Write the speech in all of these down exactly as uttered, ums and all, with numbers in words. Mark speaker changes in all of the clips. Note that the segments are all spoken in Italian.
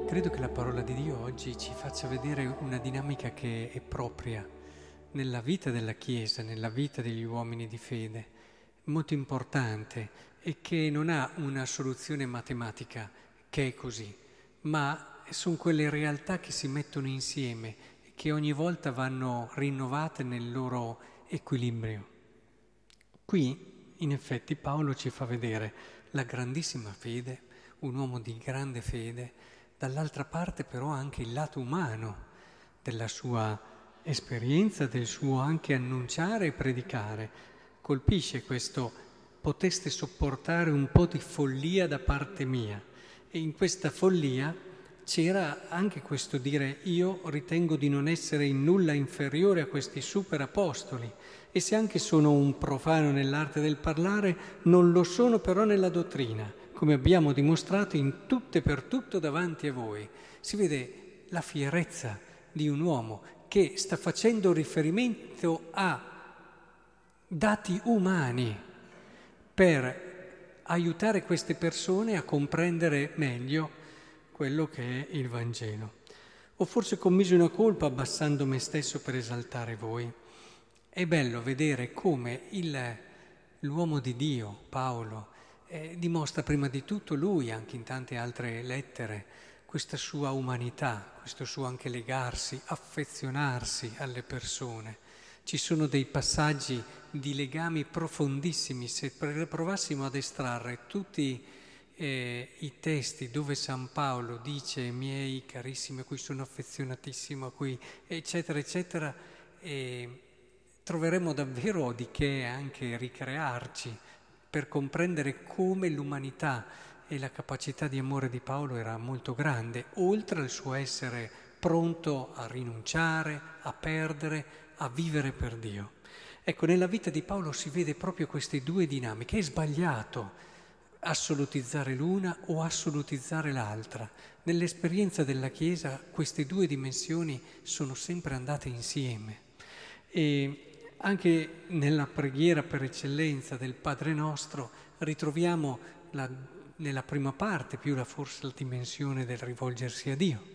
Speaker 1: Credo che la parola di Dio oggi ci faccia vedere una dinamica che è propria nella vita della Chiesa, nella vita degli uomini di fede, molto importante e che non ha una soluzione matematica che è così, ma sono quelle realtà che si mettono insieme e che ogni volta vanno rinnovate nel loro equilibrio. Qui, in effetti, Paolo ci fa vedere la grandissima fede, un uomo di grande fede, dall'altra parte però anche il lato umano della sua esperienza, del suo anche annunciare e predicare. Colpisce questo: poteste sopportare un po' di follia da parte mia. E in questa follia c'era anche questo dire: io ritengo di non essere in nulla inferiore a questi super apostoli, e se anche sono un profano nell'arte del parlare, non lo sono però nella dottrina, come abbiamo dimostrato in tutto e per tutto davanti a voi. Si vede la fierezza di un uomo che sta facendo riferimento a dati umani per aiutare queste persone a comprendere meglio quello che è il Vangelo. Ho forse commesso una colpa abbassando me stesso per esaltare voi. È bello vedere come il, l'uomo di Dio, Paolo, eh, dimostra prima di tutto lui, anche in tante altre lettere, questa sua umanità, questo suo anche legarsi, affezionarsi alle persone. Ci sono dei passaggi di legami profondissimi. Se provassimo ad estrarre tutti eh, i testi dove San Paolo dice miei carissimi a cui sono affezionatissimo, a cui eccetera eccetera, eh, troveremo davvero di che anche ricrearci per comprendere come l'umanità e la capacità di amore di Paolo era molto grande, oltre al suo essere pronto a rinunciare, a perdere, a vivere per Dio. Ecco, nella vita di Paolo si vede proprio queste due dinamiche. È sbagliato assolutizzare l'una o assolutizzare l'altra. Nell'esperienza della Chiesa queste due dimensioni sono sempre andate insieme. E anche nella preghiera per eccellenza del Padre Nostro ritroviamo la, nella prima parte più la forse la dimensione del rivolgersi a Dio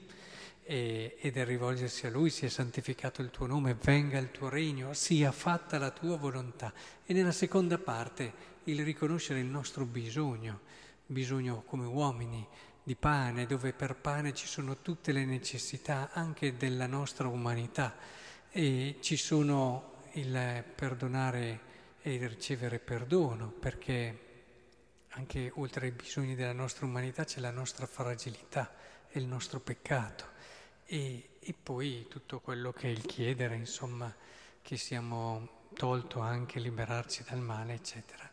Speaker 1: e, e del rivolgersi a Lui: sia santificato il tuo nome, venga il tuo regno, sia fatta la tua volontà. E nella seconda parte il riconoscere il nostro bisogno, bisogno come uomini di pane, dove per pane ci sono tutte le necessità anche della nostra umanità, e ci sono il perdonare e il ricevere perdono, perché anche oltre ai bisogni della nostra umanità c'è la nostra fragilità e il nostro peccato, e, e poi tutto quello che è il chiedere, insomma, che siamo tolto anche liberarci dal male, eccetera.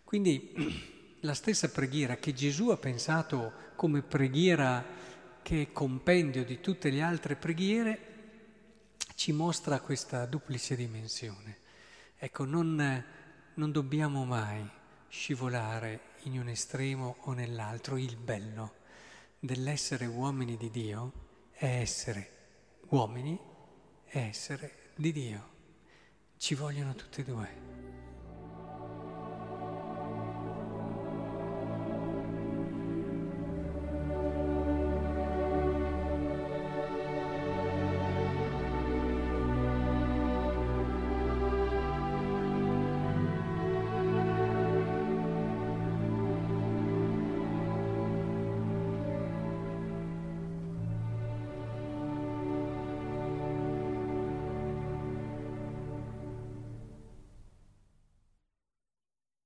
Speaker 1: Quindi la stessa preghiera che Gesù ha pensato come preghiera che è compendio di tutte le altre preghiere ci mostra questa duplice dimensione. Ecco, non, non dobbiamo mai scivolare in un estremo o nell'altro. Il bello dell'essere uomini di Dio è essere uomini e essere di Dio. Ci vogliono tutte e due.